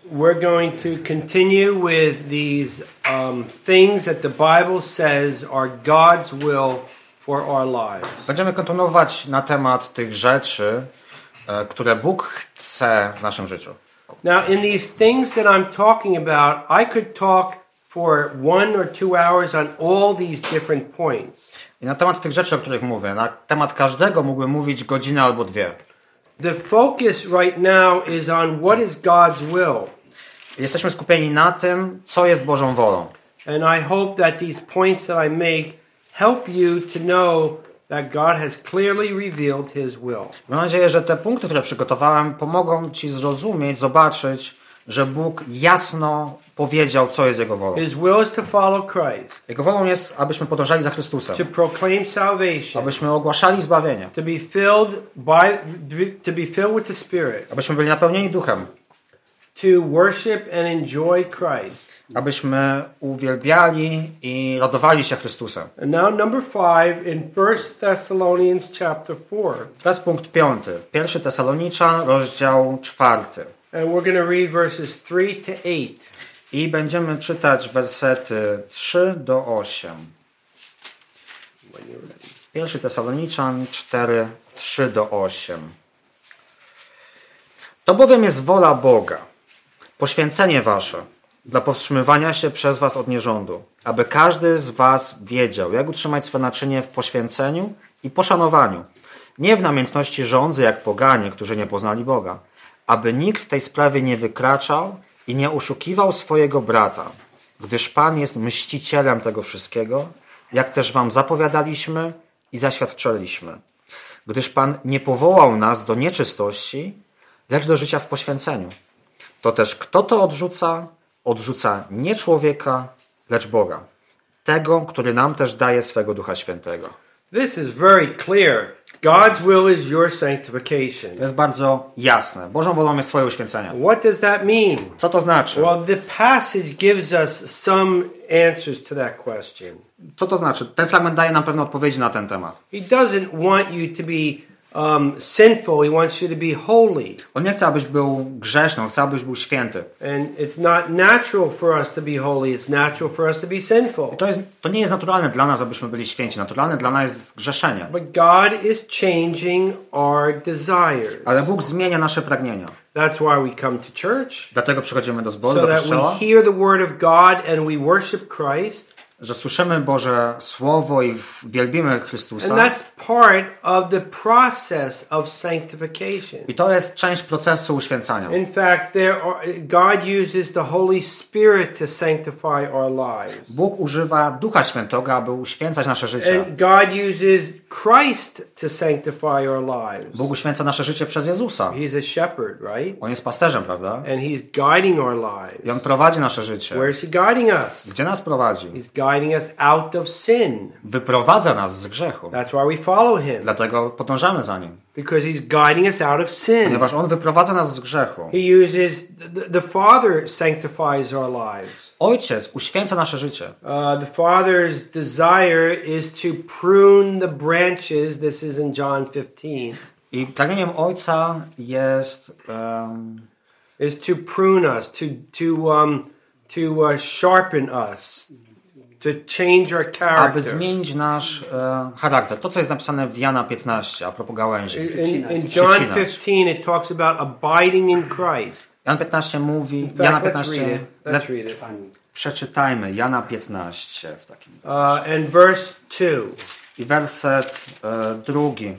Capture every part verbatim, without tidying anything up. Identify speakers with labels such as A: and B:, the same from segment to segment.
A: we're going to continue with these um, things that the Bible says are God's will for our lives.
B: Będziemy kontynuować na temat tych rzeczy, e, które Bóg chce w naszym życiu.
A: Now, in these things that I'm talking about, I could talk for one or two hours on all these different points.
B: I na temat tych rzeczy, o których mówię, na temat każdego mógłbym mówić godzinę albo dwie.
A: The focus right now is on what is God's will.
B: Jesteśmy skupieni na tym, co jest Bożą wolą.
A: And I hope that these points that I make help you to know that God has clearly revealed His will.
B: Mam nadzieję, że te punkty, które przygotowałem, pomogą Ci zrozumieć, zobaczyć, że Bóg jasno powiedział, co jest Jego wolą.
A: His will is to follow Christ.
B: Jego wolą jest, abyśmy podążali za Chrystusem.
A: To proclaim salvation.
B: Abyśmy ogłaszali zbawienie.
A: To be filled by to be filled with the Spirit.
B: Abyśmy byli napełnieni duchem.
A: To worship and enjoy Christ.
B: Abyśmy uwielbiali i radowali się Chrystusem.
A: And now number five in First Thessalonians chapter four.
B: Teraz punkt piąty. Pierwszy Tesaloniczan, rozdział czwarty.
A: And we're going to read verses three to eight.
B: I będziemy czytać wersety trzy do osiem. Pierwszy Tesaloniczan cztery, trzy do osiem. To bowiem jest wola Boga, poświęcenie wasze, dla powstrzymywania się przez was od nierządu, aby każdy z was wiedział, jak utrzymać swe naczynie w poświęceniu i poszanowaniu, nie w namiętności żądzy jak poganie, którzy nie poznali Boga, aby nikt w tej sprawie nie wykraczał i nie oszukiwał swojego brata, gdyż Pan jest mścicielem tego wszystkiego, jak też wam zapowiadaliśmy i zaświadczyliśmy. Gdyż Pan nie powołał nas do nieczystości, lecz do życia w poświęceniu. To też kto to odrzuca, odrzuca nie człowieka, lecz Boga, tego, który nam też daje swego Ducha Świętego.
A: This is very clear. God's will is your sanctification.
B: To jest bardzo jasne. Bożą wolą jest twoje uświęcenie.
A: What does that mean?
B: Co to znaczy?
A: Well, the passage gives us some answers to that question.
B: Co to znaczy? Ten fragment daje nam pewne odpowiedzi na ten temat.
A: He doesn't want you to be um, sinful. He wants you to be holy.
B: On nie chce, abyś był grzeszny, on chce, abyś był święty.
A: And it's not natural for us to be holy. It's natural for us to be sinful.
B: I to, jest, to nie jest naturalne dla nas, abyśmy byli święci. Naturalne dla nas jest grzeszenie.
A: But God is changing our desires.
B: Ale Bóg zmienia nasze pragnienia.
A: That's why we come to church.
B: Dlatego przychodzimy do zboru,
A: So
B: do
A: that we
B: kościoła.
A: hear the word of God and we worship Christ.
B: Że słyszymy Boże Słowo i wielbimy Chrystusa.
A: And that's part of the process of sanctification.
B: I to jest część procesu uświęcania.
A: In fact, there are, God uses the Holy Spirit to sanctify our lives.
B: Bóg używa Ducha Świętego, aby uświęcać nasze życie.
A: And God uses Christ to sanctify our lives.
B: Bóg uświęca nasze życie przez Jezusa.
A: He's a shepherd, right?
B: On jest pasterzem, prawda?
A: And He's guiding our lives.
B: I On prowadzi nasze życie.
A: Where is He guiding us?
B: Gdzie nas prowadzi?
A: He's guiding us out of sin.
B: Wyprowadza nas z grzechu.
A: That's why we follow Him.
B: Dlatego podążamy za Nim.
A: Because He's guiding us out of sin.
B: Ponieważ On wyprowadza nas z grzechu.
A: He uses, the, the Father sanctifies our lives.
B: Ojciec uświęca nasze życie.
A: Uh, the Father's desire is to prune the branches. This is in John fifteen.
B: I pragnieniem Ojca jest um,
A: Is to prune us, to to um to uh, sharpen us, to change our
B: aby
A: character.
B: zmienić nasz e, charakter. To, co jest napisane w Jana piętnaście, a propos gałęzi.
A: In, in John
B: Przecinać.
A: fifteen, it talks about abiding in Christ.
B: Jan piętnaście mówi,
A: In fact,
B: Jana
A: let's
B: piętnaście,
A: read it. Let's
B: le,
A: read it.
B: przeczytajmy Jana piętnaście w takim.
A: Uh, and verse two.
B: I werset e, drugi.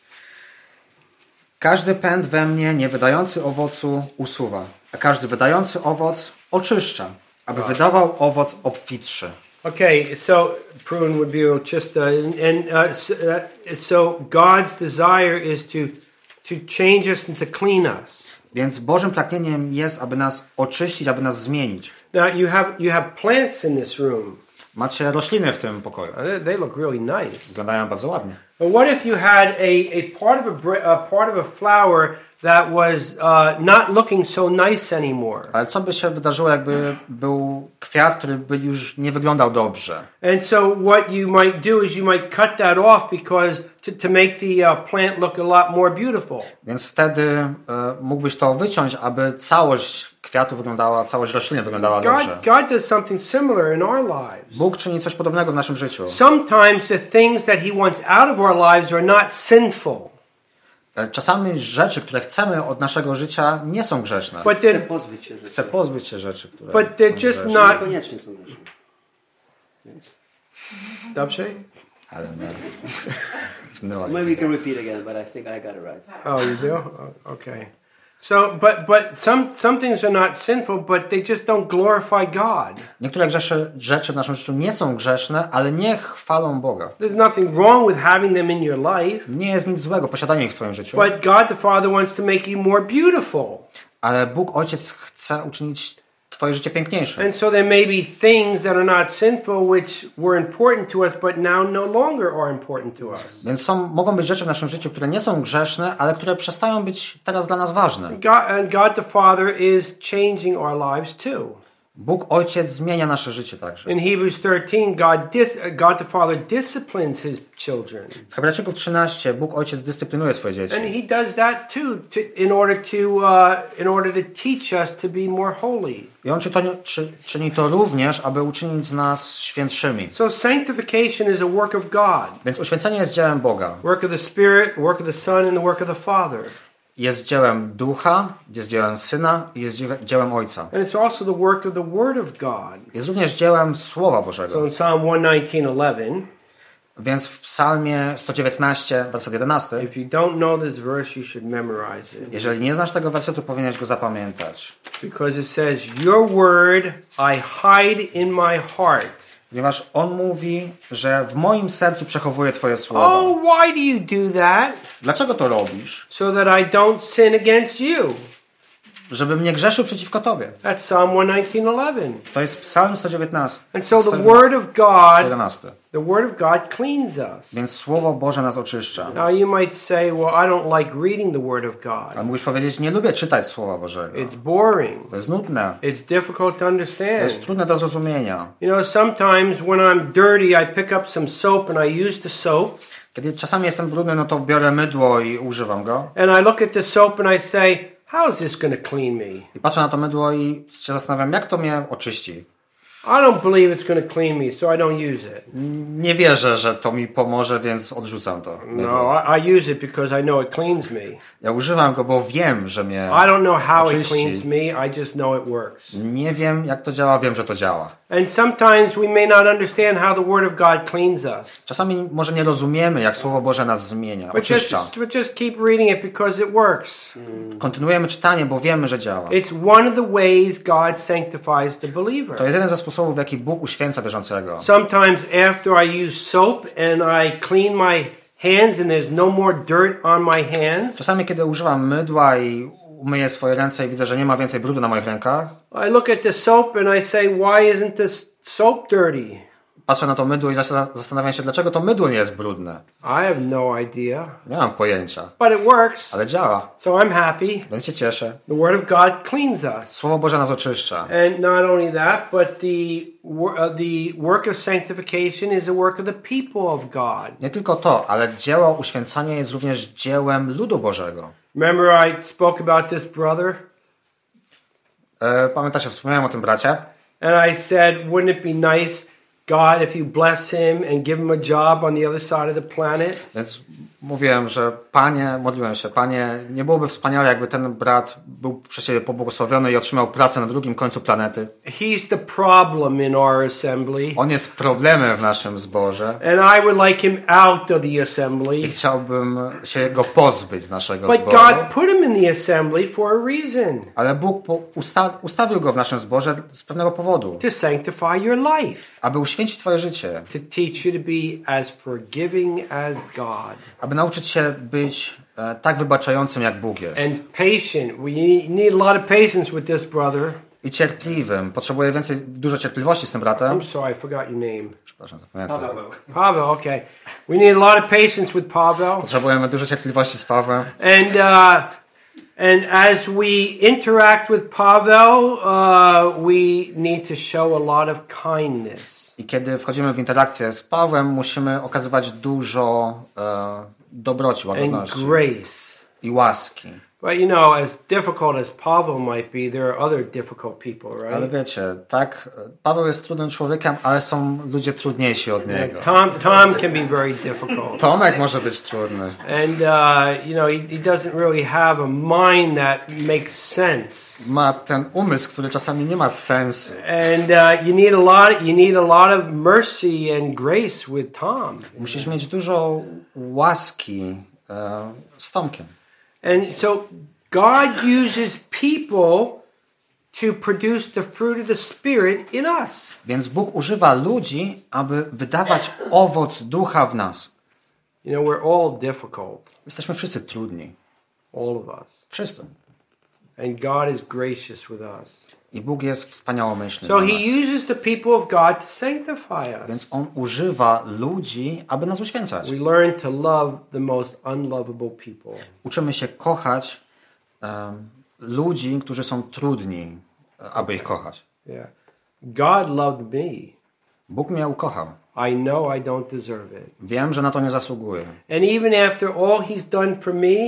B: Każdy pęd we mnie, nie wydający owocu, usuwa, a każdy wydający owoc oczyszcza, aby wydawał owoc obfitszy.
A: Okay, so prune would be just uh, and uh, so, uh, so God's desire is to to change us and to clean us.
B: Więc Bożym pragnieniem jest, aby nas oczyścić, aby nas zmienić.
A: Now you have you have plants in this room.
B: Macie rośliny w tym pokoju.
A: Uh, They look really nice.
B: Wyglądają bardzo ładnie.
A: But what if you had a, a part of a, br- a part of a flower that was uh, not looking so nice anymore?
B: Ale co by się wydarzyło, jakby był kwiat, który by już nie wyglądał dobrze?
A: And so what you might do is you might cut that off because to, to make the uh, plant look a lot more beautiful.
B: Więc wtedy e, mógłbyś to wyciąć, aby całość kwiatu wyglądała, całość rośliny wyglądała dobrze.
A: God, God does something similar in our lives.
B: Bóg czyni coś podobnego w naszym życiu.
A: Sometimes the things that He wants out of our lives are not sinful.
B: Czasami rzeczy, które chcemy od naszego życia, nie są grzeszne.
A: But
C: Chcę
A: they're,
C: pozbyć się rzeczy.
B: Chcę pozbyć się rzeczy, które
A: but they're
B: są
A: just
B: grzeszne.
A: not.
C: Niekoniecznie są grzeszne.
A: Dobrze?
B: Ale nie. No,
C: Maybe you can repeat again, but I think I got it right.
A: Oh, you do? Oh, okay. So, but but some some things are not sinful, but they just don't glorify God.
B: Niektóre grzeszy, rzeczy w naszym życiu nie są grzeszne, ale nie chwalą Boga.
A: There's nothing wrong with having them in your life,
B: Nie jest nic złego posiadanie ich w swoim życiu.
A: but God the Father wants to make you more beautiful.
B: Ale Bóg Ojciec chce uczynić twoje życie piękniejsze.
A: And so there may be things that are not sinful which were important to us, but now no longer are important to us.
B: Więc są, mogą być rzeczy w naszym życiu, które nie są grzeszne, ale które przestają być teraz dla nas ważne.
A: God, and God the Father is changing our lives too.
B: Bóg Ojciec zmienia nasze życie także.
A: In Hebrews thirteen, God, dis, God the Father disciplines His children.
B: W Hebrajczyków trzynaście Bóg Ojciec dyscyplinuje swoje dzieci.
A: And He does that too, to, in order to uh, in order to teach us to be more holy.
B: I On czy to, czy, czyni to również, aby uczynić z nas świętszymi.
A: So sanctification is a work of God,
B: Więc uświęcenie jest dziełem Boga.
A: work of the Spirit, work of the Son, and the work of the Father.
B: Jest dziełem Ducha, jest dziełem Syna i jest dziełem Ojca.
A: And it's also the work of the Word of God.
B: Jest również dziełem Słowa
A: So
B: Bożego.
A: in Psalm one nineteen eleven,
B: Więc w Psalmie sto dziewiętnaście, werset jedenasty,
A: if you don't know this verse, you should memorize it.
B: jeżeli nie znasz tego wersetu, powinieneś go zapamiętać.
A: Because it says, Your word I hide in my heart.
B: Ponieważ On mówi, że w moim sercu przechowuję Twoje słowa.
A: Oh, why do you do that?
B: Dlaczego to robisz?
A: So that I don't sin against you.
B: Żebym nie grzeszył przeciwko Tobie.
A: That's Psalm one nineteen eleven.
B: To jest Psalm sto dziewiętnaście.
A: And so the
B: sto
A: word of God,
B: jedenaście.
A: the word of God cleans us.
B: Więc Słowo Boże nas oczyszcza.
A: Now you might say, well, I don't like reading the word of
B: A
A: God.
B: mógłbyś powiedzieć, nie lubię czytać Słowa Bożego.
A: It's boring.
B: To jest nudne.
A: It's difficult to
B: To
A: understand.
B: jest trudne do zrozumienia.
A: You know, sometimes when I'm dirty, I pick up some soap and I use the soap.
B: Kiedy czasami jestem brudny, no to biorę mydło i używam go.
A: And I look at the soap and I say, how is this going to clean me?
B: I patrzę na to mydło i się zastanawiam, jak to mnie oczyści.
A: I don't believe it's going to clean me, so I don't use it.
B: Nie wierzę, że to mi pomoże, więc odrzucam to mydło.
A: No, I, I use it because I know it cleans me.
B: Ja używam go, bo wiem, że mnie
A: I don't know how it
B: oczyści.
A: cleans me, I just know it works.
B: Nie wiem, jak to działa, wiem, że to działa.
A: And sometimes we may not understand how the Word of God cleans us.
B: Czasami może nie rozumiemy, jak Słowo Boże nas zmienia,
A: But just,
B: oczyszcza.
A: but just keep reading it because it works.
B: Kontynuujemy czytanie, bo wiemy, że działa.
A: It's one of the ways God sanctifies the believer.
B: To jest jeden ze sposobów, w jaki Bóg uświęca wierzącego.
A: Sometimes after I use soap and I clean my hands and there's no more dirt on my hands,
B: Czasami, kiedy używam mydła i umyję swoje ręce i widzę, że nie ma więcej brudu na moich rękach,
A: I look at the soap and I say, why isn't this soap dirty?
B: patrzę na to mydło i zas- zastanawiam się, dlaczego to mydło nie jest brudne.
A: I have no idea,
B: Nie mam pojęcia,
A: but it works,
B: ale działa.
A: so I'm happy.
B: Więc się cieszę.
A: The Word of God cleans us.
B: Słowo Boże nas oczyszcza.
A: And not only that, but the, wor- uh, the work of sanctification is a work of the people of God.
B: Nie tylko to, ale dzieło uświęcania jest również dziełem ludu Bożego.
A: Remember I spoke about this brother?
B: E, pamiętacie, wspomniałem o tym bracie.
A: And I said, wouldn't it be nice, God, if you bless him and give him a job on the other side of the planet?
B: Więc mówiłem, że Panie, modliłem się, Panie, nie byłoby wspaniale, jakby ten brat był przez Ciebie pobłogosławiony i otrzymał pracę na drugim końcu planety.
A: He's the problem in our assembly.
B: On jest problemem w naszym zborze
A: And I would like him out of the
B: i
A: assembly.
B: chciałbym się go pozbyć z naszego
A: But
B: zboru.
A: God put him in the assembly for a reason.
B: Ale Bóg po- usta- ustawił go w naszym zborze z pewnego powodu,
A: To sanctify your life.
B: aby uświęcić Twoje życie,
A: To teach you to be as forgiving as God.
B: aby nauczyć się być e, tak wybaczającym, jak Bóg jest.
A: And patient. We need a lot of patience with this brother.
B: I cierpliwym. Potrzebuję więcej, dużo cierpliwości z tym bratem.
A: I'm sorry, I forgot your name.
B: Przepraszam, zapamiętam.
A: Pavel, okay. We need a lot of patience with Pavel.
B: Potrzebujemy dużo cierpliwości z Pawłem.
A: And uh, and as we interact with Pavel, uh, we need to show a lot of kindness.
B: I kiedy wchodzimy w interakcję z Pawłem, musimy okazywać dużo e, dobroci,
A: And
B: łagodności
A: grace.
B: i łaski.
A: But you know, as difficult as Pavel might be, there are other difficult people,
B: Ale
A: right?
B: wiecie, tak, Paweł jest trudnym człowiekiem, ale są ludzie trudniejsi od niego.
A: Tom Tom can be very difficult.
B: Tomek może być trudny.
A: And uh, you know, he, he doesn't really have a mind that makes sense.
B: Ma ten umysł, który czasami nie ma sensu.
A: And uh, you need a lot you need a lot of mercy and grace with Tom.
B: Musisz mieć dużo łaski e, z Tomkiem.
A: And so God uses people to produce the fruit of the Spirit in us.
B: Więc Bóg używa ludzi, aby wydawać owoc ducha w nas.
A: You know, we're all difficult,
B: Jesteśmy wszyscy trudni.
A: all of us.
B: Wszyscy.
A: And God is gracious with us.
B: I Bóg jest wspaniałomyślny
A: So
B: dla
A: he
B: nas.
A: uses the people of God to sanctify us.
B: Więc On używa ludzi, aby nas uświęcać.
A: We learn to love the most unlovable people.
B: Uczymy się kochać um, ludzi, którzy są trudni, aby ich kochać.
A: Yeah. God loved me.
B: Bóg mnie ukochał.
A: I know I don't deserve it.
B: Wiem, że na to nie zasługuję.
A: And even after all he's done for me,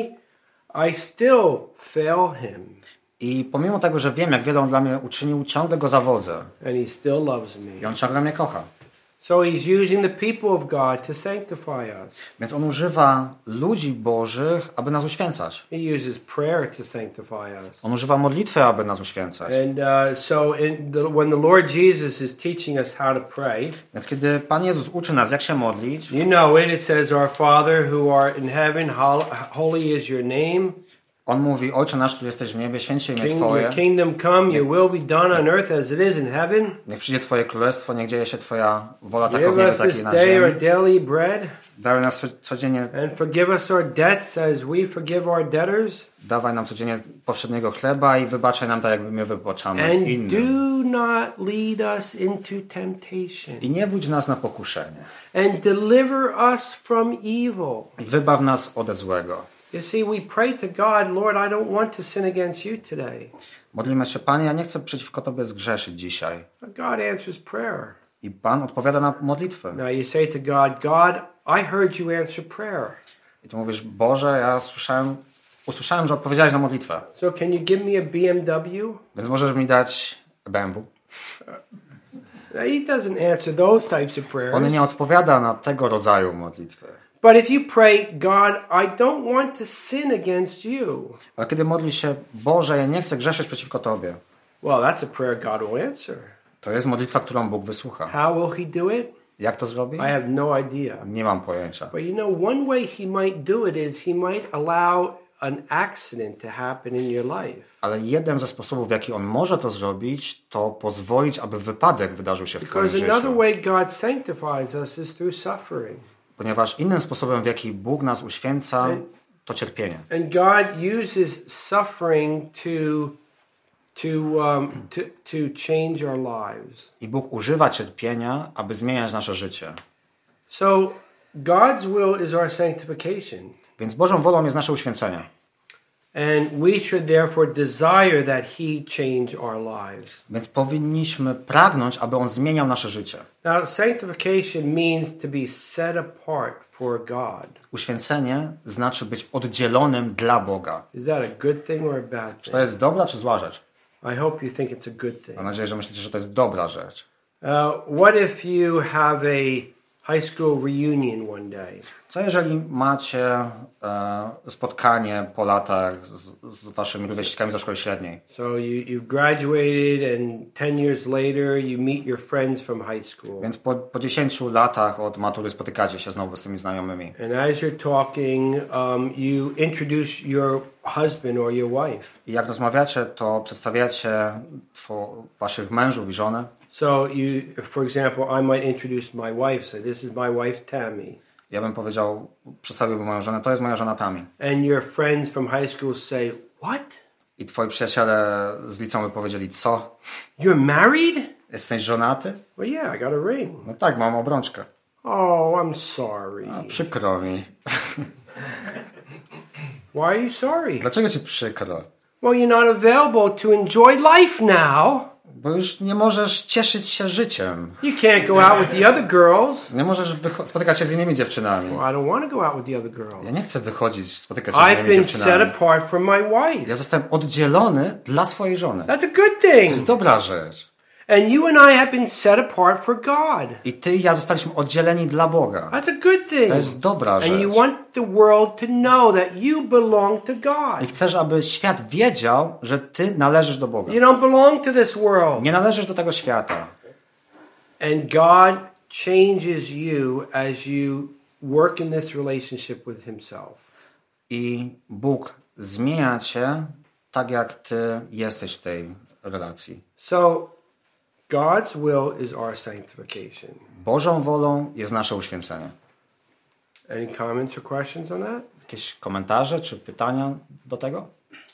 A: I still fail him.
B: I pomimo tego, że wiem, jak wiele On dla mnie uczynił, ciągle Go zawodzę.
A: And he still loves
B: I
A: me.
B: On ciągle mnie kocha.
A: So he's using the people of God to sanctify us.
B: Więc On używa ludzi Bożych, aby nas uświęcać.
A: He uses prayer to sanctify us.
B: On używa modlitwy, aby nas uświęcać.
A: And uh, so in the, when the Lord Jesus is teaching us how to pray,
B: Więc kiedy Pan Jezus uczy nas, jak się modlić,
A: you know it, it says, Our Father who art in heaven, hol- holy is your name.
B: On mówi, Ojcze nasz, który jesteś w niebie, święć się imię
A: King,
B: Twoje.
A: your kingdom come, your will be done on earth as it is in heaven.
B: Niech przyjdzie Twoje królestwo, niech dzieje się Twoja wola tak w
A: Give
B: niebie,
A: us
B: tak
A: this
B: i na
A: day our
B: ziemi.
A: daily bread,
B: Dawaj nas co- codziennie,
A: and forgive us our debts as we forgive our debtors.
B: dawaj nam codziennie powszedniego chleba i wybaczaj nam tak, jakby my wybaczamy
A: And
B: innym.
A: do not lead us into temptation.
B: I nie budź nas na pokuszenie.
A: And deliver us from evil.
B: I wybaw nas ode złego.
A: You see, we pray to God, Lord, I don't want to sin against you today.
B: Modlimy się, Panie, ja nie chcę przeciwko Tobie zgrzeszyć dzisiaj.
A: But God answers prayer.
B: I Pan odpowiada na modlitwę.
A: Now you say to God, God, I heard you answer prayer.
B: I Ty mówisz, Boże, ja słyszałem, usłyszałem, że odpowiedziałeś na modlitwę.
A: So can you give me a B M W?
B: Więc możesz mi dać B M W.
A: Now, he doesn't answer those types of prayers.
B: On nie odpowiada na tego rodzaju modlitwy.
A: But if you pray, God, I don't want to sin against you.
B: Ale kiedy modlisz się, Boże, ja nie chcę grzeszyć przeciwko Tobie,
A: Well, that's a prayer God will answer.
B: to jest modlitwa, którą Bóg wysłucha.
A: How will he do it?
B: Jak to zrobi?
A: I have no idea.
B: Nie mam pojęcia.
A: But you know, one way he might do it is he might allow an accident to happen in your life.
B: Ale jeden ze sposobów, w jaki On może to zrobić, to pozwolić, aby wypadek wydarzył się w Twoim
A: Because another
B: życiu.
A: way God sanctifies us is through suffering.
B: Ponieważ innym sposobem, w jaki Bóg nas uświęca, to cierpienie.
A: And God uses suffering to to um, to to change our lives.
B: I Bóg używa cierpienia, aby zmieniać nasze życie.
A: So God's will is our sanctification.
B: Więc Bożą wolą jest nasze uświęcenie.
A: And we should therefore desire that he change our lives.
B: Więc powinniśmy pragnąć, aby On zmieniał nasze życie.
A: Now, sanctification means to be set apart for God.
B: Uświęcenie znaczy być oddzielonym dla Boga.
A: Is that a good thing or a bad
B: Czy to
A: thing?
B: jest dobra czy zła rzecz?
A: I hope you think it's a good thing.
B: Mam nadzieję, że myślicie, że to jest dobra rzecz.
A: Uh, what if you have a high school reunion one day?
B: Co jeżeli macie e, spotkanie po latach z, z waszymi rówieśnikami ze szkoły średniej?
A: So you, you've graduated and ten years later you meet your friends from high school.
B: Więc po, po dziesięciu latach od matury spotykacie się znowu z tymi znajomymi.
A: And as you're talking, um, you introduce your husband or your wife.
B: I jak rozmawiacie, to przedstawiacie two, waszych mężów i żonę.
A: So you, for example, I might introduce my wife, say, this is my wife Tammy.
B: Ja bym powiedział, przedstawiłbym moją żonę, to jest moja żona Tammy.
A: And your friends from high school say, what?
B: I twoi przyjaciele z liceum by powiedzieli, co?
A: You're married?
B: Jesteś żonaty?
A: Well, yeah, I got a ring.
B: No tak, mam obrączkę.
A: Oh, I'm sorry.
B: A, przykro mi.
A: Why are you sorry?
B: Dlaczego ci przykro?
A: Well, you're not available to enjoy life now.
B: Bo już nie możesz cieszyć się życiem.
A: You can't go out with the other girls.
B: Nie możesz wycho- spotykać się z innymi dziewczynami.
A: Well, I don't want to go out with the other girls.
B: Ja nie chcę wychodzić, spotykać się z
A: I've
B: innymi
A: been set
B: dziewczynami.
A: apart from my wife.
B: Ja zostałem oddzielony dla swojej żony.
A: That's a good
B: To jest
A: thing.
B: dobra rzecz.
A: And you and I have been set apart for God.
B: I ty i ja zostaliśmy oddzieleni dla Boga.
A: That's a good thing.
B: To jest dobra
A: And you
B: rzecz.
A: want the world to know that you belong to God.
B: I chcesz, aby świat wiedział, że ty należysz do Boga.
A: You don't belong to this world.
B: Nie należysz do tego świata.
A: And God changes you as you work in this relationship with Himself.
B: I Bóg zmienia cię tak, jak ty jesteś w tej relacji.
A: So, God's will is our sanctification.
B: Bożą wolą jest nasze uświęcenie.
A: Any comments or questions on that?
B: Jakieś komentarze czy pytania do tego?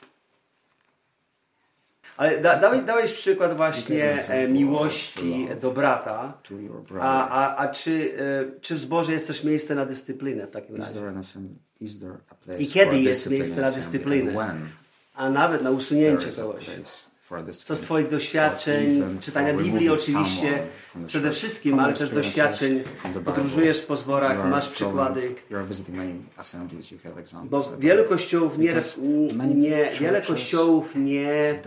C: Ale da, dałeś, dałeś przykład właśnie e, miłości do brata, a, a, a czy, e, czy w zborze jest też miejsce na dyscyplinę w takim razie? I kiedy jest miejsce na dyscyplinę? A nawet na usunięcie kogoś? Co z Twoich doświadczeń, czytania Biblii oczywiście, przede wszystkim, ale też doświadczeń, podróżujesz po zborach, masz przykłady. Bo wielu kościołów nie, nie, wiele kościołów nie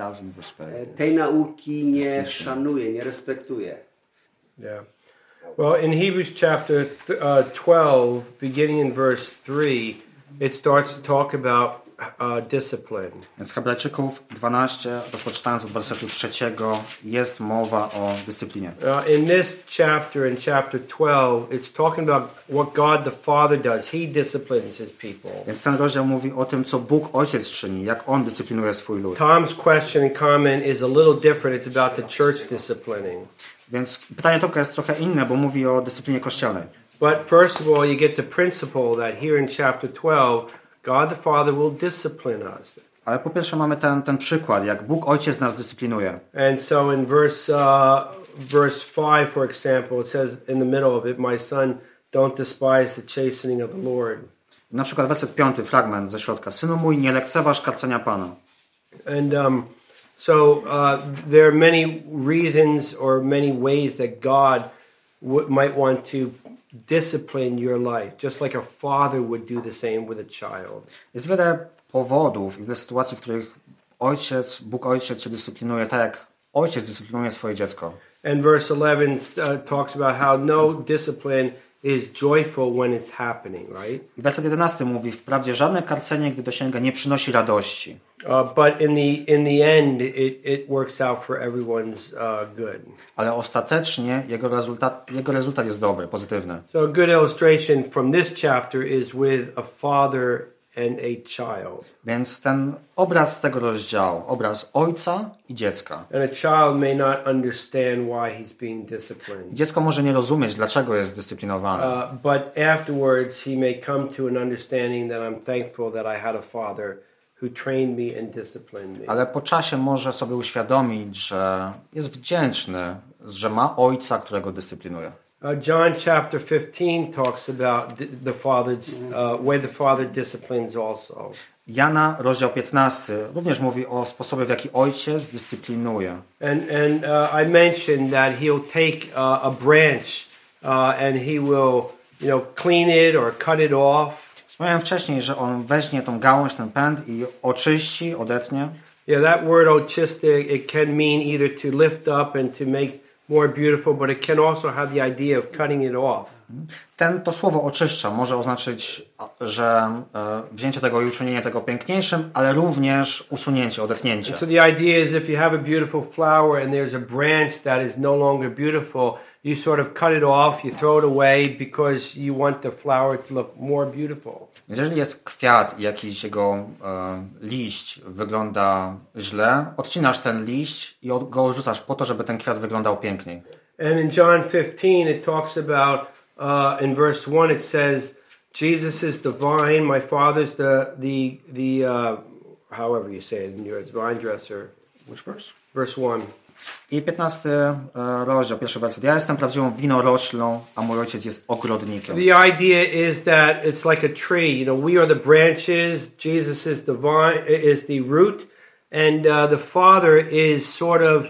C: tej nauki nie szanuje, nie respektuje.
A: Yeah. Well, in Hebrews chapter uh, twelve, beginning in verse three, it starts to talk about Uh, discipline.
B: Więc Hebrajczyków dwanaście, rozpoczynając od wersetu trzeciego, jest mowa o dyscyplinie.
A: Uh, in this chapter, in chapter twelve, it's talking about what God the Father does. He disciplines His people.
B: Więc ten rozdział mówi o tym, co Bóg Ojciec czyni, jak On dyscyplinuje swój lud.
A: Tom's question and comment is a little different. It's about the church disciplining.
B: Więc pytanie Tomka jest trochę inne, bo mówi o dyscyplinie kościelnej.
A: But first of all, you get the principle that here in chapter twelve, God the Father will discipline us.
B: Ale po pierwsze mamy ten, ten przykład, jak Bóg Ojciec nas dyscyplinuje.
A: And so in verse uh, verse five, for example, it says in the middle of it, "My son, don't despise the chastening of the Lord."
B: Na przykład werset piąty, fragment ze środka. Synu mój, nie lekceważ karcenia Pana.
A: And um, so uh, there are many reasons or many ways that God w- might want to discipline your life, just like a father would do the same with a child.
B: Jest wiele powodów i wiele sytuacji, w których ojciec, Bóg Ojciec cię dyscyplinuje tak, jak ojciec dyscyplinuje swoje dziecko.
A: And verse eleven uh, talks about how no discipline is joyful when it's happening, right?
B: I werset jedenasty mówi, wprawdzie żadne karcenie, gdy dosięga, nie przynosi radości.
A: Uh, but in the in the end, it, it works out for everyone's uh, good.
B: Ale ostatecznie jego rezultat, jego rezultat jest dobry, pozytywny.
A: So a good illustration from this chapter is with a father and a child.
B: Więc ten obraz z tego rozdziału, obraz ojca i dziecka.
A: And a child may not understand why he's being disciplined.
B: Dziecko może nie rozumieć, dlaczego jest dyscyplinowane.
A: Uh, but afterwards, he may come to an understanding that I'm thankful that I had a father who trained me and disciplined me.
B: Ale po czasie może sobie uświadomić, że jest wdzięczny, że ma ojca, którego dyscyplinuje.
A: Uh, John chapter fifteen talks about the father's uh, way the father disciplines also.
B: Jana, rozdział piętnasty, również mówi o sposobie, w jaki ojciec dyscyplinuje.
A: And and uh, I mentioned that he'll take uh, a branch uh, and he will, you know, clean it or cut it off.
B: Wspomniałem wcześniej, że on weźmie tą gałąź, ten pęd i oczyści, odetnie.
A: Yeah, that word oczyste, it can mean either to lift up and to make more beautiful, but it can also have the idea of cutting it off.
B: Ten, to słowo oczyszcza może oznaczyć, że e, wzięcie tego i uczynienie tego piękniejszym, ale również usunięcie, odetnięcie.
A: So the idea is if you have a beautiful flower and there's a branch that is no longer beautiful, you sort of cut it off, you throw it away because you want the flower to look more beautiful.
B: Jeżeli jest kwiat i jakiś jego e, liść wygląda źle, odcinasz ten liść i od, go odrzucasz po to, żeby ten kwiat wyglądał piękniej.
A: And in John fifteen it talks about, uh, in verse one it says, Jesus is the vine, my father's the, the, the uh, however you say it in yours, vine dresser.
B: Which verse?
A: Verse one.
B: I piętnasty e, rozdział, pierwszy werset. Ja jestem prawdziwą winoroślą, a mój ojciec jest ogrodnikiem.
A: The idea is that it's like a tree. You know, we are the branches. Jesus is the vine, is the root, and uh, the Father is sort of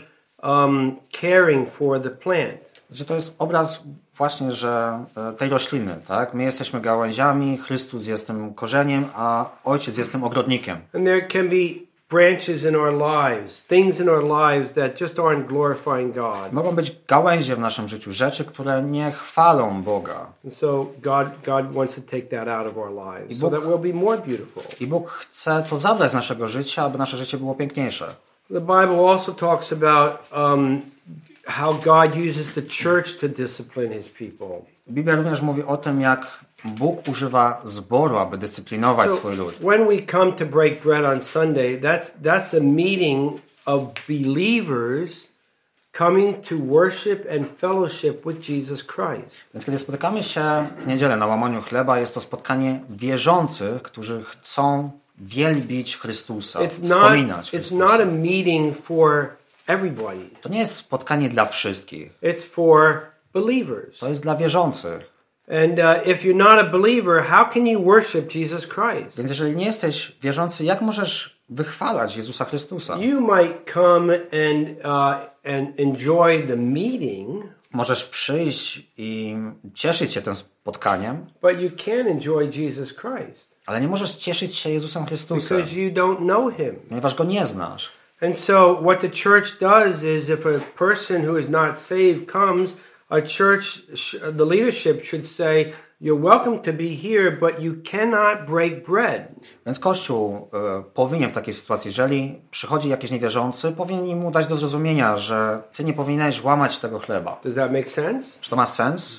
A: um, caring for the plant.
B: Że to jest obraz właśnie, że tej rośliny, tak? My jesteśmy gałęziami, Chrystus jest tym korzeniem, a Ojciec jest tym ogrodnikiem.
A: And there can be branches in our lives, things in our lives that just aren't glorifying God.
B: Mogą być gałęzie w naszym życiu, rzeczy, które nie chwalą Boga.
A: And so God, God wants to take that out of our lives, so
B: Bóg,
A: that we'll be more beautiful.
B: I Bóg chce to zabrać z naszego życia, aby nasze życie było piękniejsze.
A: The Bible also talks about um, how God uses the church to discipline His people.
B: Biblia również mówi o tym, jak Bóg używa zboru, aby dyscyplinować
A: So
B: swój lud.
A: when we come to break bread on Sunday, that's that's a meeting of believers coming to worship and fellowship with Jesus Christ.
B: Więc kiedy spotykamy się w niedzielę na łamaniu chleba, jest to spotkanie wierzących, którzy chcą wielbić Chrystusa,
A: It's
B: wspominać
A: not, it's
B: Chrystusa.
A: not a meeting for everybody.
B: To nie jest spotkanie dla wszystkich.
A: It's for believers.
B: To jest dla wierzących.
A: And uh, if you're not a believer, how can you worship Jesus Christ?
B: Więc jeżeli nie jesteś wierzący, jak możesz wychwalać Jezusa Chrystusa?
A: You might come and uh, and enjoy the meeting,
B: Możesz przyjść i cieszyć się tym spotkaniem,
A: but you can't enjoy Jesus Christ
B: ale nie możesz cieszyć się Jezusem Chrystusem,
A: because you don't know Him.
B: ponieważ Go nie znasz.
A: And so what the church does is if a person who is not saved comes, a church, the leadership should say, you're welcome to be here, but you cannot break bread.
B: Więc Kościół y, powinien w takiej sytuacji, jeżeli przychodzi jakiś niewierzący, powinien mu dać do zrozumienia, że ty nie powinieneś łamać tego chleba.
A: Does that make sense?
B: Czy to ma sens?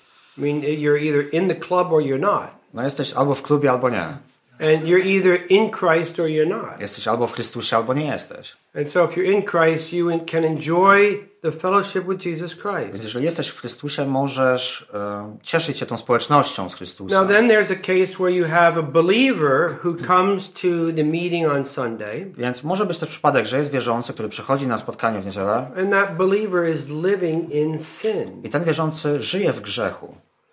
A: I mean, you're either in the club or you're not.
B: No jesteś albo w klubie, albo nie.
A: And you're either in Christ or you're not.
B: Jesteś albo w Chrystusie, albo nie jesteś.
A: And so if you're in Christ, you can enjoy the fellowship with Jesus Christ.
B: Więc jeżeli jesteś w Chrystusie, możesz y, cieszyć się tą społecznością z Chrystusem.
A: Now then there's a case where you have a believer who comes to the meeting on Sunday.
B: Więc może być też przypadek, że jest wierzący, który przychodzi na spotkanie w niedzielę
A: And that believer is living in sin.
B: i ten wierzący żyje w grzechu.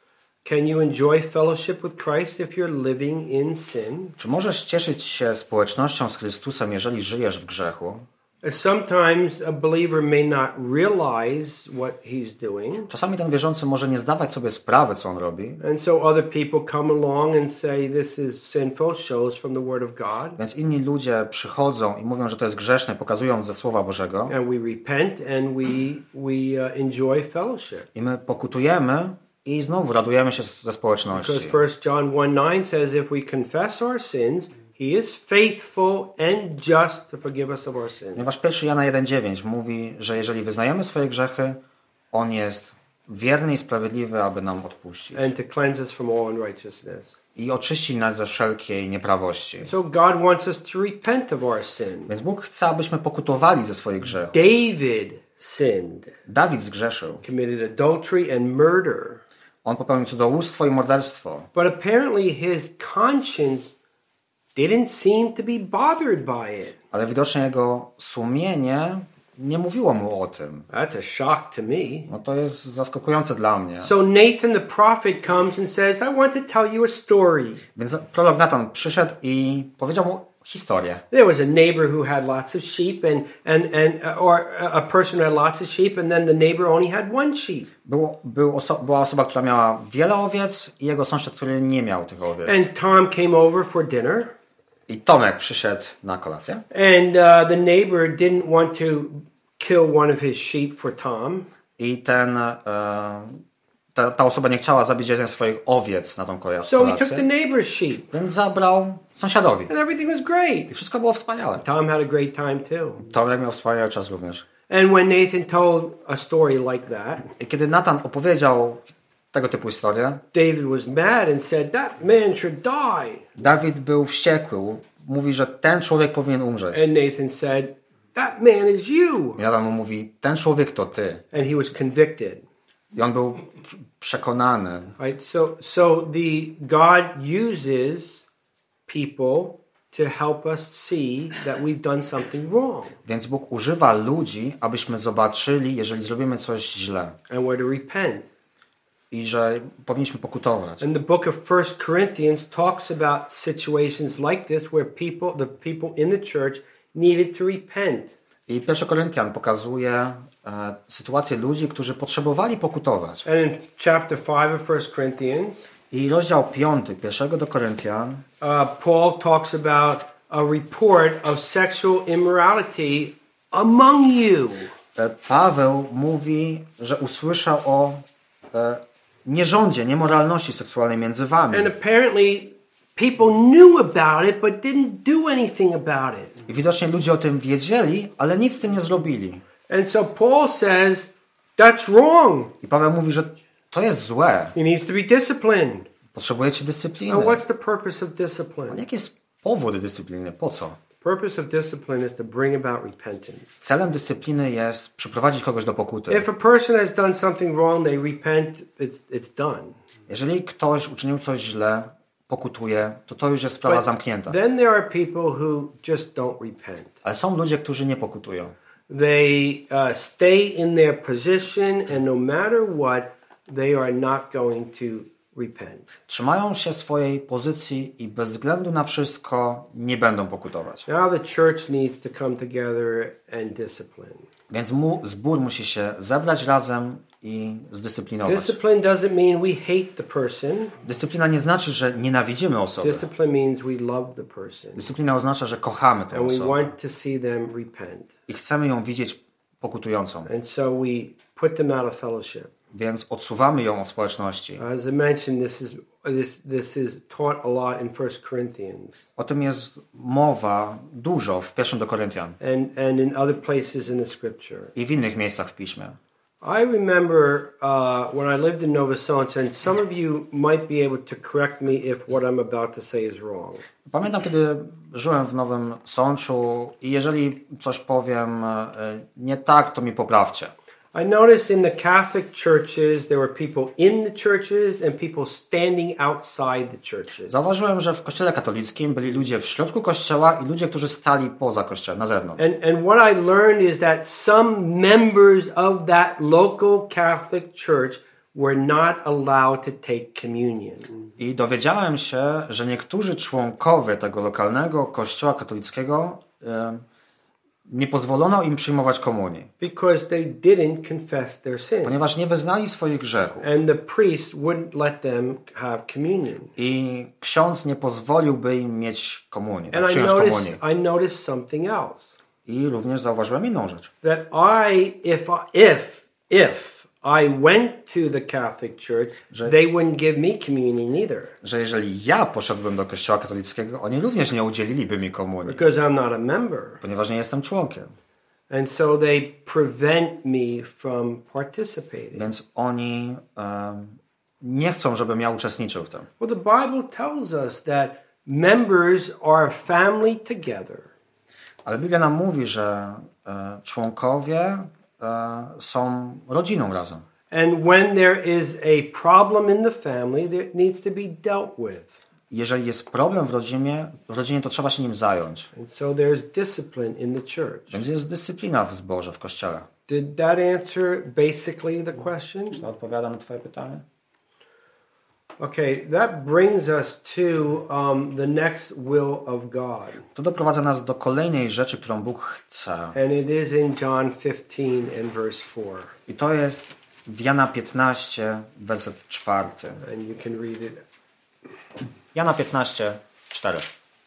A: Can you enjoy fellowship with Christ if you're living in sin?
B: Czy możesz cieszyć się społecznością z Chrystusem, jeżeli żyjesz w grzechu?
A: Sometimes a believer may not realize what he's doing.
B: Czasami ten wierzący może nie zdawać sobie sprawy, co on robi.
A: And so other people come along and say this is sinful, shows from the Word of God.
B: Więc inni ludzie przychodzą i mówią, że to jest grzeszne, pokazują ze Słowa Bożego.
A: And we repent and we we uh, enjoy fellowship.
B: I my pokutujemy i znowu radujemy się ze społeczności.
A: Because First John one nine says if we confess our sins, He is faithful and just to forgive us of our sins.
B: Ponieważ pierwszy Jana jeden dziewięć mówi, że jeżeli wyznajemy swoje grzechy, On jest wierny i sprawiedliwy, aby nam odpuścić.
A: And to cleanse us from all unrighteousness.
B: I oczyścić nas ze wszelkiej nieprawości.
A: So God wants us to repent of our sin.
B: Więc Bóg chce, abyśmy pokutowali ze swoich grzechów.
A: David sinned.
B: Dawid zgrzeszył.
A: Committed adultery and murder.
B: On popełnił cudzołóstwo i morderstwo.
A: But apparently his conscience didn't seem to be bothered by it.
B: Ale widocznie jego sumienie nie mówiło mu o tym.
A: That's a shock to me.
B: No to jest zaskakujące dla mnie.
A: So Nathan the prophet comes and says, I want to tell you a story.
B: Więc prorok Natan przyszedł i powiedział mu historię.
A: There was a neighbor who had lots of sheep and, and, and or a person who had lots of sheep and then the neighbor only had one sheep.
B: Było, był oso- była osoba, która miała wiele owiec i jego sąsiad, który nie miał tych owiec.
A: And Tom came over for dinner.
B: I Tomek przyszedł na kolację.
A: And uh, the neighbor didn't want to kill one of his sheep for Tom.
B: I ten, e, ta, ta osoba nie chciała zabić jeden z swoich owiec na tą kolację.
A: So he took the neighbor's sheep.
B: Więc zabrał sąsiadowi.
A: And everything was great.
B: I wszystko było wspaniałe.
A: Tom had a great time too.
B: Tomek miał wspaniały czas również.
A: And when Nathan told a story like that,
B: I kiedy Natan opowiedział tego typu historię,
A: David was mad and said, that man should die.
B: Dawid był wściekły. Mówi, że ten człowiek powinien umrzeć.
A: And Nathan said, that man is you.
B: I Natan mu mówi, ten człowiek to ty.
A: And he was convicted.
B: I on był przekonany.
A: Right? So, so the God uses people to help us see that we've done something wrong.
B: Więc Bóg używa ludzi, abyśmy zobaczyli, jeżeli zrobimy coś źle.
A: And we're to repent.
B: I że powinniśmy pokutować.
A: And the book of First Corinthians talks about situations like this where people, the people in the church needed to repent.
B: I pierwszy Koryntian pokazuje e, sytuację ludzi, którzy potrzebowali pokutować.
A: And in chapter five of First Corinthians,
B: I rozdział piąty pierwszego do Koryntian,
A: uh, Paul talks about a report of sexual immorality among you.
B: e, Paweł mówi, że usłyszał o e, nierządzie, niemoralności seksualnej między wami.
A: And apparently people knew about it but didn't do anything about it.
B: I widocznie ludzie o tym wiedzieli, ale nic z tym nie zrobili.
A: And so Paul says that's wrong.
B: I Paweł mówi, że to jest złe.
A: He needs to be disciplined.
B: Potrzebujecie dyscypliny.
A: And what's the purpose of discipline?
B: Jaki jest powód dyscypliny? Po co?
A: The purpose of discipline is to bring about repentance.
B: Celem dyscypliny jest przyprowadzić kogoś do pokuty.
A: If a person has done something wrong, they repent, it's it's done.
B: Jeżeli ktoś uczynił coś źle, pokutuje, to to już jest sprawa
A: But
B: zamknięta.
A: then there are people who just don't repent.
B: Ale są ludzie, którzy nie pokutują.
A: They uh, stay in their position, and no matter what, they are not going to repent.
B: Trzymają się swojej pozycji i bez względu na wszystko nie będą pokutować.
A: Now the church needs to come together and discipline.
B: Więc mu, zbór musi się zebrać razem i zdyscyplinować.
A: Discipline doesn't mean we hate the person.
B: Dyscyplina nie znaczy, że nienawidzimy osoby.
A: Discipline means we love the person.
B: Dyscyplina oznacza, że kochamy tę
A: And we
B: osobę
A: want to see them repent.
B: i chcemy ją widzieć pokutującą.
A: And so we put them out of fellowship.
B: Więc odsuwamy ją od społeczności.
A: As I mentioned, this is this this is taught a lot in First Corinthians.
B: O tym jest mowa dużo w pierwszym do Koryntian
A: And and in other places in the scripture.
B: i w innych miejscach w Piśmie.
A: I remember uh, when I lived in Nova Scotia, and some of you might be able to correct me if what I'm about to say is wrong.
B: Pamiętam, kiedy żyłem w Nowym Sączu i jeżeli coś powiem e, nie tak, to mi poprawcie.
A: I noticed in the Catholic churches there were people in the churches and people standing outside the churches.
B: Zauważyłem, że w kościele katolickim byli ludzie w środku kościoła i ludzie, którzy stali poza kościołem, na zewnątrz.
A: And and what I learned is that some members of that local Catholic church were not allowed to take communion.
B: I dowiedziałem się, że niektórzy członkowie tego lokalnego kościoła katolickiego e, nie pozwolono im przyjmować komunii,
A: Because they didn't confess their sin.
B: ponieważ nie wyznali swoich grzechów.
A: And the priest wouldn't let them have communion.
B: I ksiądz nie pozwoliłby im mieć komunii, tak,
A: And I
B: przyjąć komunię.
A: noticed, I noticed something else.
B: I również zauważyłem inną rzecz.
A: That I, if, I, if, if I went to the Catholic Church,
B: Że-
A: they wouldn't give me communion either.
B: Że jeżeli ja poszedłbym do kościoła katolickiego, oni również nie udzieliliby mi komunii,
A: Because I'm not a member.
B: ponieważ nie jestem członkiem.
A: And so they prevent me from participating.
B: Więc oni um, nie chcą, żebym ja uczestniczył w tym.
A: Well, the Bible tells us that members are a family together.
B: Ale Biblia nam mówi, że e, członkowie e, są rodziną razem.
A: And when there is a problem in the family, that needs to be dealt with.
B: Jeżeli jest problem w rodzinie, w rodzinie, to trzeba się nim zająć.
A: And so there's discipline in the church.
B: Więc jest dyscyplina w zborze, w kościele.
A: Did that answer basically the question?
B: Czy to odpowiada na twoje pytanie?
A: Okay, that brings us to um, the next will of God.
B: To doprowadza nas do kolejnej rzeczy, którą Bóg chce.
A: And it is in John fifteen and verse four.
B: I to jest w Jana piętnaście, werset czwarty.
A: And you can read it.
B: Jana piętnaście, cztery.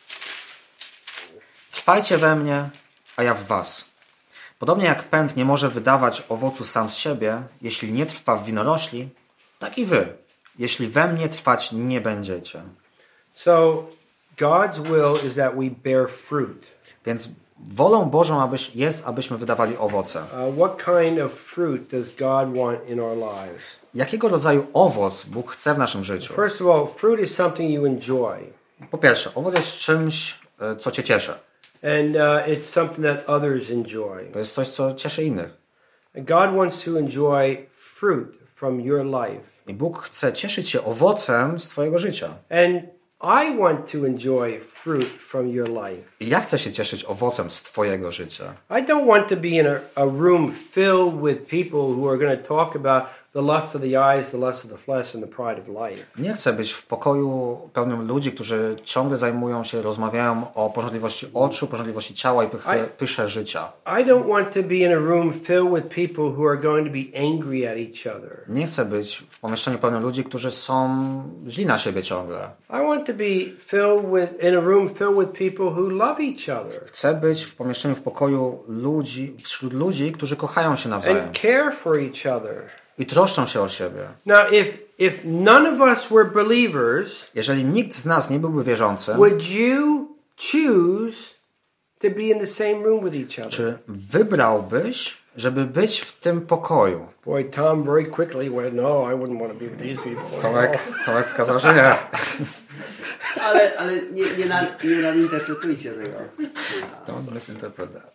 B: Trwajcie we mnie, a ja w was. Podobnie jak pęd nie może wydawać owocu sam z siebie, jeśli nie trwa w winorośli, tak i wy, jeśli we mnie trwać nie będziecie.
A: So God's will is that we bear fruit.
B: Więc wolą Bożą abyś, jest, abyśmy wydawali owoce.
A: Uh, what kind of fruit does God want in our lives?
B: Jakiego rodzaju owoc Bóg chce w naszym życiu?
A: First of all, fruit is something you enjoy.
B: Po pierwsze, owoc jest czymś, e, co cię cieszy.
A: And uh, it's something that others enjoy.
B: To jest coś, co cieszy innych.
A: And God wants to enjoy fruit from your life.
B: I Bóg chce cieszyć się owocem z twojego życia.
A: And I want to enjoy fruit from your life.
B: I ja chcę się cieszyć owocem z twojego życia.
A: I don't want to be in a, a room filled with people who are going to talk about the lust of the eyes, the lust of the flesh, and the pride of life.
B: Nie chcę być w pokoju pełnym ludzi, którzy ciągle zajmują się, rozmawiają o pożądliwości oczu, pożądliwości ciała i pychy, pysze życia.
A: I don't want to be in a room filled with people who are going to be angry at each other.
B: Nie chcę być w pomieszczeniu pełnym ludzi, którzy są źli na siebie ciągle.
A: I want to be filled with in a room filled with people who love each other.
B: Chcę być w pomieszczeniu, w pokoju ludzi, wśród ludzi, którzy kochają się nawzajem.
A: And care for each other.
B: I troszczą się o siebie.
A: Now, if if none of us were believers,
B: jeżeli nikt z nas nie byłby wierzącym,
A: would you choose to be in the same room with each other?
B: Czy wybrałbyś, żeby być w tym pokoju?
A: Boy, Tom very quickly went, no, I wouldn't want to be with these people.
B: Tomek, Tomek pokazał, że nie.
C: Ale, ale nie, nie, na, nie nadinterpretujcie tego.
B: Don't misinterpret that.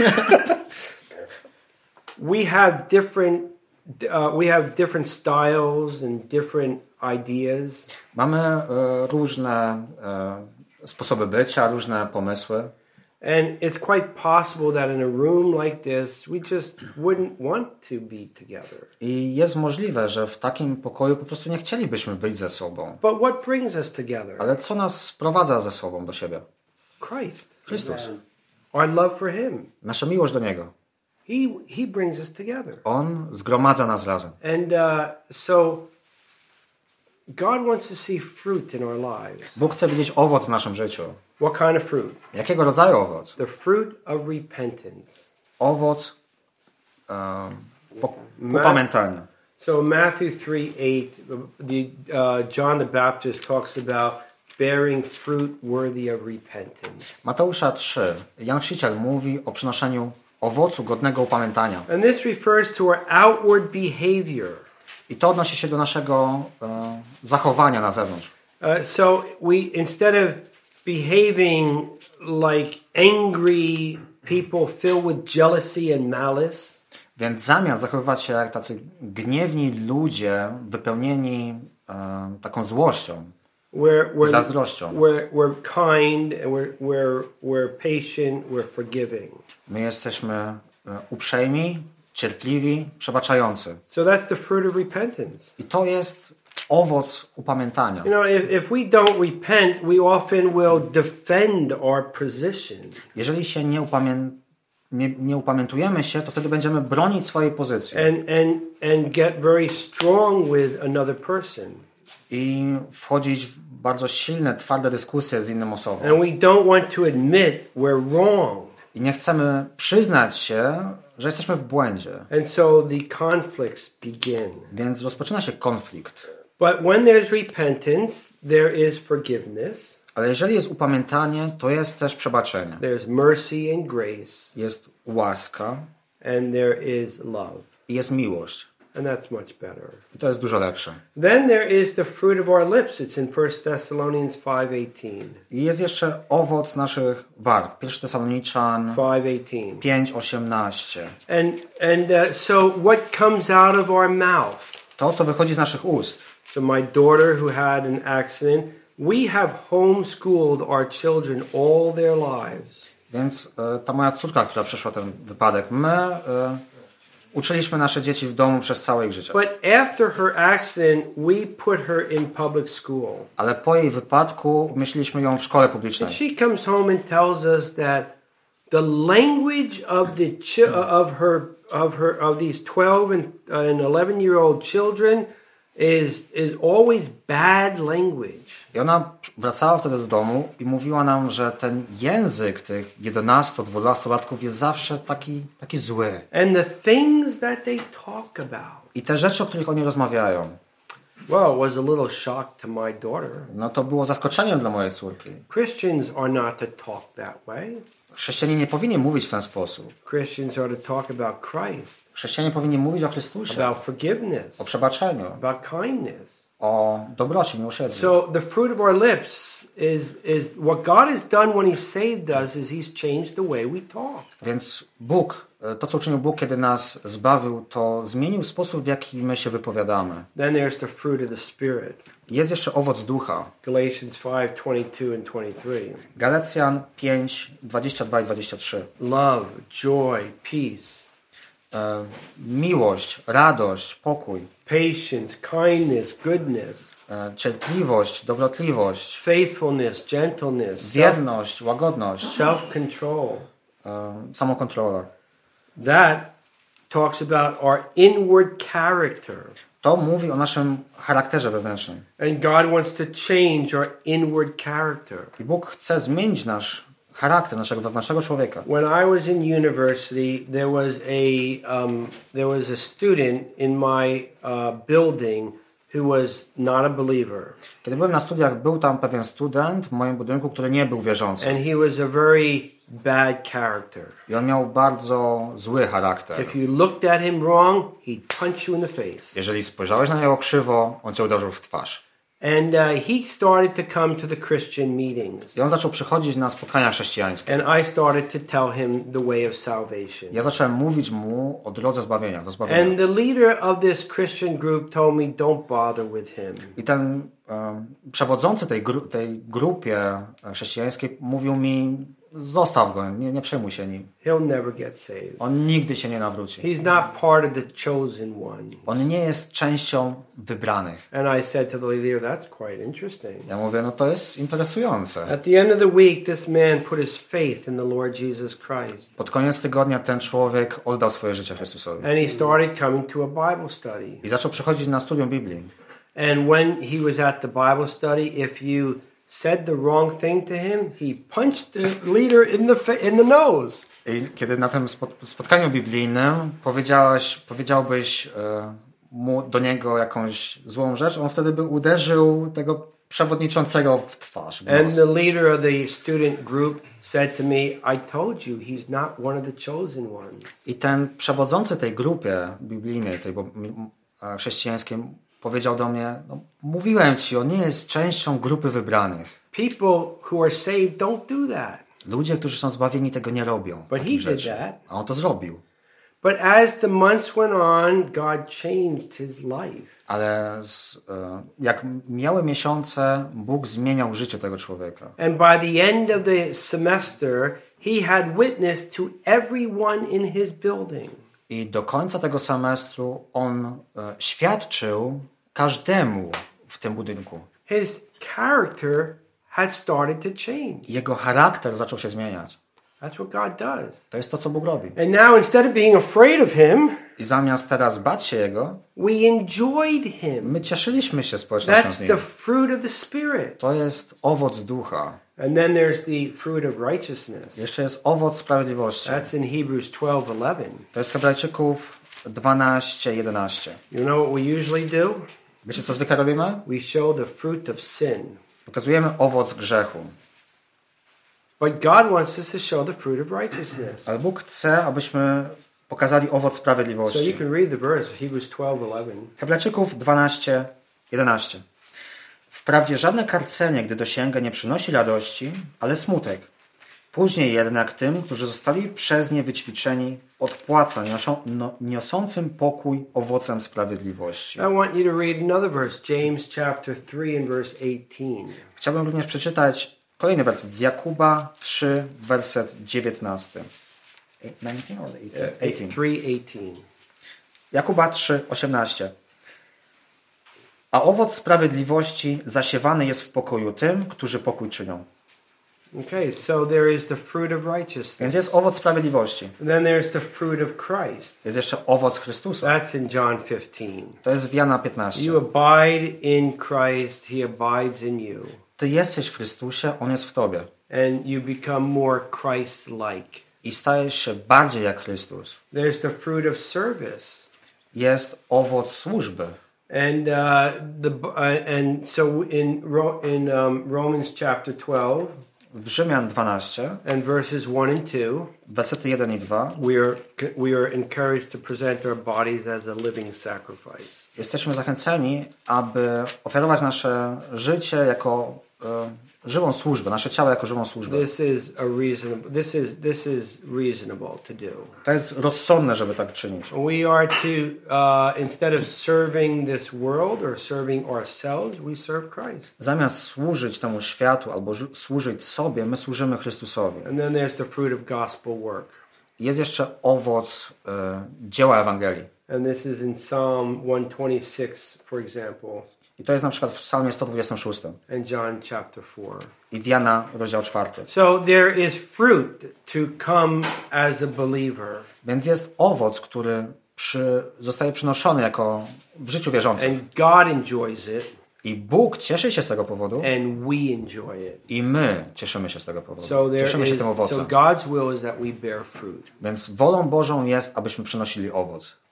A: We have different uh, we have different styles and different ideas.
B: Mamy e, różne e, sposoby bycia, różne pomysły.
A: And it's quite possible that in a room like this we just wouldn't want to be together.
B: I jest możliwe, że w takim pokoju po prostu nie chcielibyśmy być ze sobą.
A: But what brings us together?
B: Ale co nas sprowadza ze sobą do siebie?
A: Christ.
B: Chrystus.
A: Our love for him.
B: Nasza miłość do Niego.
A: He he brings us together.
B: On zgromadza nas razem.
A: And uh, so God wants to see fruit in our lives.
B: Bóg chce widzieć owoc w naszym życiu.
A: What kind of fruit?
B: Jakiego rodzaju owoc?
A: The fruit of repentance.
B: Owoc um, po, upamiętania.
A: So Matthew three eight, the uh, John the Baptist talks about bearing fruit worthy of repentance.
B: Mateusza trzy. Jan Chrzciciel mówi o przynoszeniu owocu godnego upamiętania.
A: And this refers to our outward behavior.
B: I to odnosi się do naszego e, zachowania na zewnątrz.
A: Uh, so we instead of behaving like angry people filled with jealousy and malice,
B: więc zamiast zachowywać się jak tacy gniewni ludzie wypełnieni e, taką złością,
A: we're, we're,
B: zazdrością,
A: we're, we're kind, and we're, we're, we're patient, we're forgiving.
B: my jesteśmy e, uprzejmi, cierpliwi, przebaczający.
A: So that's the fruit of repentance.
B: I to jest owoc upamiętania.
A: You know, if, if we don't repent, we often will defend our position.
B: Jeżeli się nie, upamię... nie, nie upamiętujemy się, to wtedy będziemy bronić swojej pozycji.
A: And, and, and get very strong with another person.
B: I wchodzić w bardzo silne, twarde dyskusje z innym osobą.
A: And we don't want to admit we're wrong.
B: I nie chcemy przyznać się, że jesteśmy w błędzie.
A: And so the conflicts begin.
B: Więc rozpoczyna się konflikt.
A: But when there's repentance, there is forgiveness.
B: Ale jeżeli jest upamiętanie, to jest też przebaczenie.
A: There's mercy and grace.
B: Jest łaska.
A: And there is love.
B: I jest miłość.
A: And that's much better.
B: I to jest dużo lepsze.
A: Then there is the fruit of our lips. It's in First Thessalonians five eighteen.
B: I jest jeszcze owoc naszych warg. Pierwszy Tesaloniczan
A: five eighteen.
B: pięć osiemnaście.
A: And and uh, so what comes out of our mouth?
B: To, co wychodzi z naszych ust.
A: So my daughter who had an accident, we have homeschooled our children all their lives.
B: Więc e, ta moja córka, która przeszła ten wypadek, my e, uczyliśmy nasze dzieci w domu przez całe ich życie.
A: But after her accident, we put her in public school.
B: Ale po jej wypadku umieściliśmy ją w szkole publicznej.
A: And she comes home and tells us that the language of the chi- of her of her of these twelve and and eleven year old children is is always bad language.
B: I ona wracała wtedy do domu i mówiła nam, że ten język tych jedenasto-dwunastolatków jest zawsze taki, taki zły.
A: And the things that they talk about.
B: I te rzeczy, o których oni rozmawiają,
A: well, was a little shock to my daughter.
B: No to było zaskoczeniem dla mojej córki.
A: Christians are not to talk that way.
B: Chrześcijanie nie powinni mówić w ten sposób.
A: Christians are to talk about Christ.
B: Chrześcijanie powinni mówić o Chrystusie,
A: about forgiveness,
B: o przebaczeniu,
A: about kindness,
B: o dobroci, miłosierdziu.
A: So the fruit of our lips is is what God has done when He saved us is He's changed the way we talk.
B: Więc Bóg, to co uczynił Bóg, kiedy nas zbawił, to zmienił sposób, w jaki my się wypowiadamy.
A: Then there's the fruit of the Spirit.
B: Jest jeszcze owoc ducha.
A: Galatians five twenty-two and twenty-three.
B: Galacjan pięć dwadzieścia dwa i dwadzieścia trzy.
A: Love, joy, peace.
B: e, miłość, radość, pokój,
A: patience, kindness, goodness,
B: e, cierpliwość, dobrotliwość,
A: faithfulness, gentleness,
B: wierność, łagodność,
A: self-control.
B: e, samokontrola.
A: That talks about our inward character.
B: To mówi o naszym charakterze wewnętrznym.
A: And God wants to change our inward character.
B: I Bóg chce zmienić nasz charakter, naszego wewnętrznego człowieka.
A: When I was in university, there was a um, there was a student in my uh, building who was not a believer.
B: Kiedy byłem na studiach, był tam pewien student w moim budynku, który nie był wierzący.
A: And he was a very bad character.
B: I on miał bardzo zły charakter.
A: If you looked at him wrong, he'd punch you in the face.
B: Jeżeli spojrzałeś na niego krzywo, on cię uderzył w twarz.
A: And uh, he started to come to the Christian meetings.
B: I on zaczął przychodzić na spotkania chrześcijańskie.
A: And I started to tell him the way of salvation.
B: Ja zacząłem mówić mu o drodze zbawienia, do zbawienia.
A: And the leader of this Christian group told me, don't bother with him.
B: I ten um, przewodzący tej, gru- tej grupie chrześcijańskiej mówił mi, zostaw go, nie, nie przejmuj się nim.
A: He'll never get saved.
B: On nigdy się nie nawróci.
A: He's not part of the chosen one.
B: On nie jest częścią wybranych.
A: And I said to the leader, that's quite interesting.
B: Ja mówię, no to jest interesujące.
A: At the end of the week, this man put his faith in the Lord Jesus Christ.
B: Pod koniec tygodnia ten człowiek oddał swoje życie Chrystusowi.
A: And he started coming to a Bible study.
B: I zaczął przychodzić na studium Biblii.
A: And when he was at the Bible study, if you said the wrong thing to him, he punched the leader in the fa- in the nose.
B: I kiedy na tym spotkaniu biblijnym powiedziałeś, powiedziałbyś e, mu do niego jakąś złą rzecz, on wtedy by uderzył tego przewodniczącego w twarz. W
A: And the leader of the student group said to me, I told you he's not one of the chosen ones.
B: I ten przewodzący tej grupie biblijnej, tej bo- m- m- chrześcijańskiej, powiedział do mnie, no, mówiłem ci, on nie jest częścią grupy wybranych.
A: People who are saved don't do that.
B: Ludzie, którzy są zbawieni, tego nie robią.
A: But
B: takich
A: he did
B: rzeczy.
A: that.
B: A on to zrobił.
A: But as the months went on, God changed his life.
B: Ale z, e, jak miały miesiące, Bóg zmieniał życie tego człowieka.
A: And by the end of the semester, he had witnessed to everyone in his building.
B: I do końca tego semestru on e, świadczył każdemu w tym budynku.
A: His character had started to change.
B: Jego charakter zaczął się zmieniać.
A: That's what God does.
B: To jest to, co Bóg robi.
A: And now instead of being afraid of him,
B: I zamiast teraz bać się Jego,
A: we enjoyed him.
B: my cieszyliśmy się społecznością
A: That's
B: z Nim.
A: the fruit of the Spirit.
B: To jest owoc ducha.
A: And then there's the fruit of righteousness.
B: Jeszcze jest owoc sprawiedliwości.
A: That's in Hebrews twelve eleven.
B: To jest Hebrajczyków dwanaście jedenaście.
A: You know what we usually do?
B: Wiecie, co zwykle robimy?
A: We show the fruit of sin.
B: Pokazujemy owoc grzechu.
A: But God wants us to show the fruit of righteousness.
B: Ale Bóg chce, abyśmy pokazali owoc
A: So you
B: sprawiedliwości.
A: can read the verse, Hebrews twelve eleven.
B: Hebrajczyków dwanaście jedenaście. Wprawdzie żadne karcenie, gdy dosięga, nie przynosi radości, ale smutek. Później jednak tym, którzy zostali przez nie wyćwiczeni, odpłaca niosą, no, niosącym pokój owocem sprawiedliwości.
A: I want you to read another verse, James chapter three and verse eighteen.
B: Chciałbym również przeczytać kolejny werset z Jakuba trzy, werset dziewiętnasty. dziewiętnaście or eighteen?
A: three eighteen.
B: Jakuba trzy, osiemnaście. A owoc sprawiedliwości zasiewany jest w pokoju tym, którzy pokój czynią.
A: Okay, so there is the fruit of righteousness.
B: Więc jest owoc sprawiedliwości.
A: And then there's the fruit of Christ.
B: Jest jeszcze owoc Chrystusa.
A: That's in John fifteen.
B: To jest w Jana piętnaście.
A: You abide in Christ, he abides in you.
B: Ty jesteś w Chrystusie, On jest w tobie.
A: And you become more Christ-like.
B: I stajesz się bardziej jak Chrystus.
A: There's the fruit of service.
B: Jest owoc służby.
A: And uh, the uh, and so in Ro- in um, Romans chapter twelve
B: W Rzymian dwanaście,
A: and verses one and two,
B: wersety jeden i dwa,
A: we are we are encouraged to present our bodies as a living sacrifice.
B: jesteśmy zachęceni, aby ofiarować nasze życie jako e, żywą służbę, nasze ciało jako żywą służbę.
A: This is a reasonable. This is this is reasonable to do.
B: To jest rozsądne, żeby tak czynić.
A: We are to uh, instead of serving this world or serving ourselves, we serve Christ.
B: Zamiast służyć temu światu albo żu- służyć sobie, my służymy Chrystusowi.
A: And then there's the fruit of gospel work.
B: jest jeszcze owoc e, dzieła Ewangelii.
A: And this is in Psalm one twenty-six, for example.
B: I to jest na przykład w Psalmie sto dwudziestym szóstym.
A: And John chapter four.
B: I w Jana rozdział czwarty.
A: So there is fruit to come as a believer.
B: Więc jest owoc, który przy, zostaje przynoszony jako w życiu wierzących.
A: And God enjoys it.
B: I Bóg cieszy się z tego powodu.
A: And we enjoy it.
B: I my cieszymy się z tego powodu.
A: So there
B: cieszymy się
A: is,
B: tym owocem.
A: so God's will is that we bear fruit.
B: Więc wolą Bożą jest, abyśmy przynosili owoc.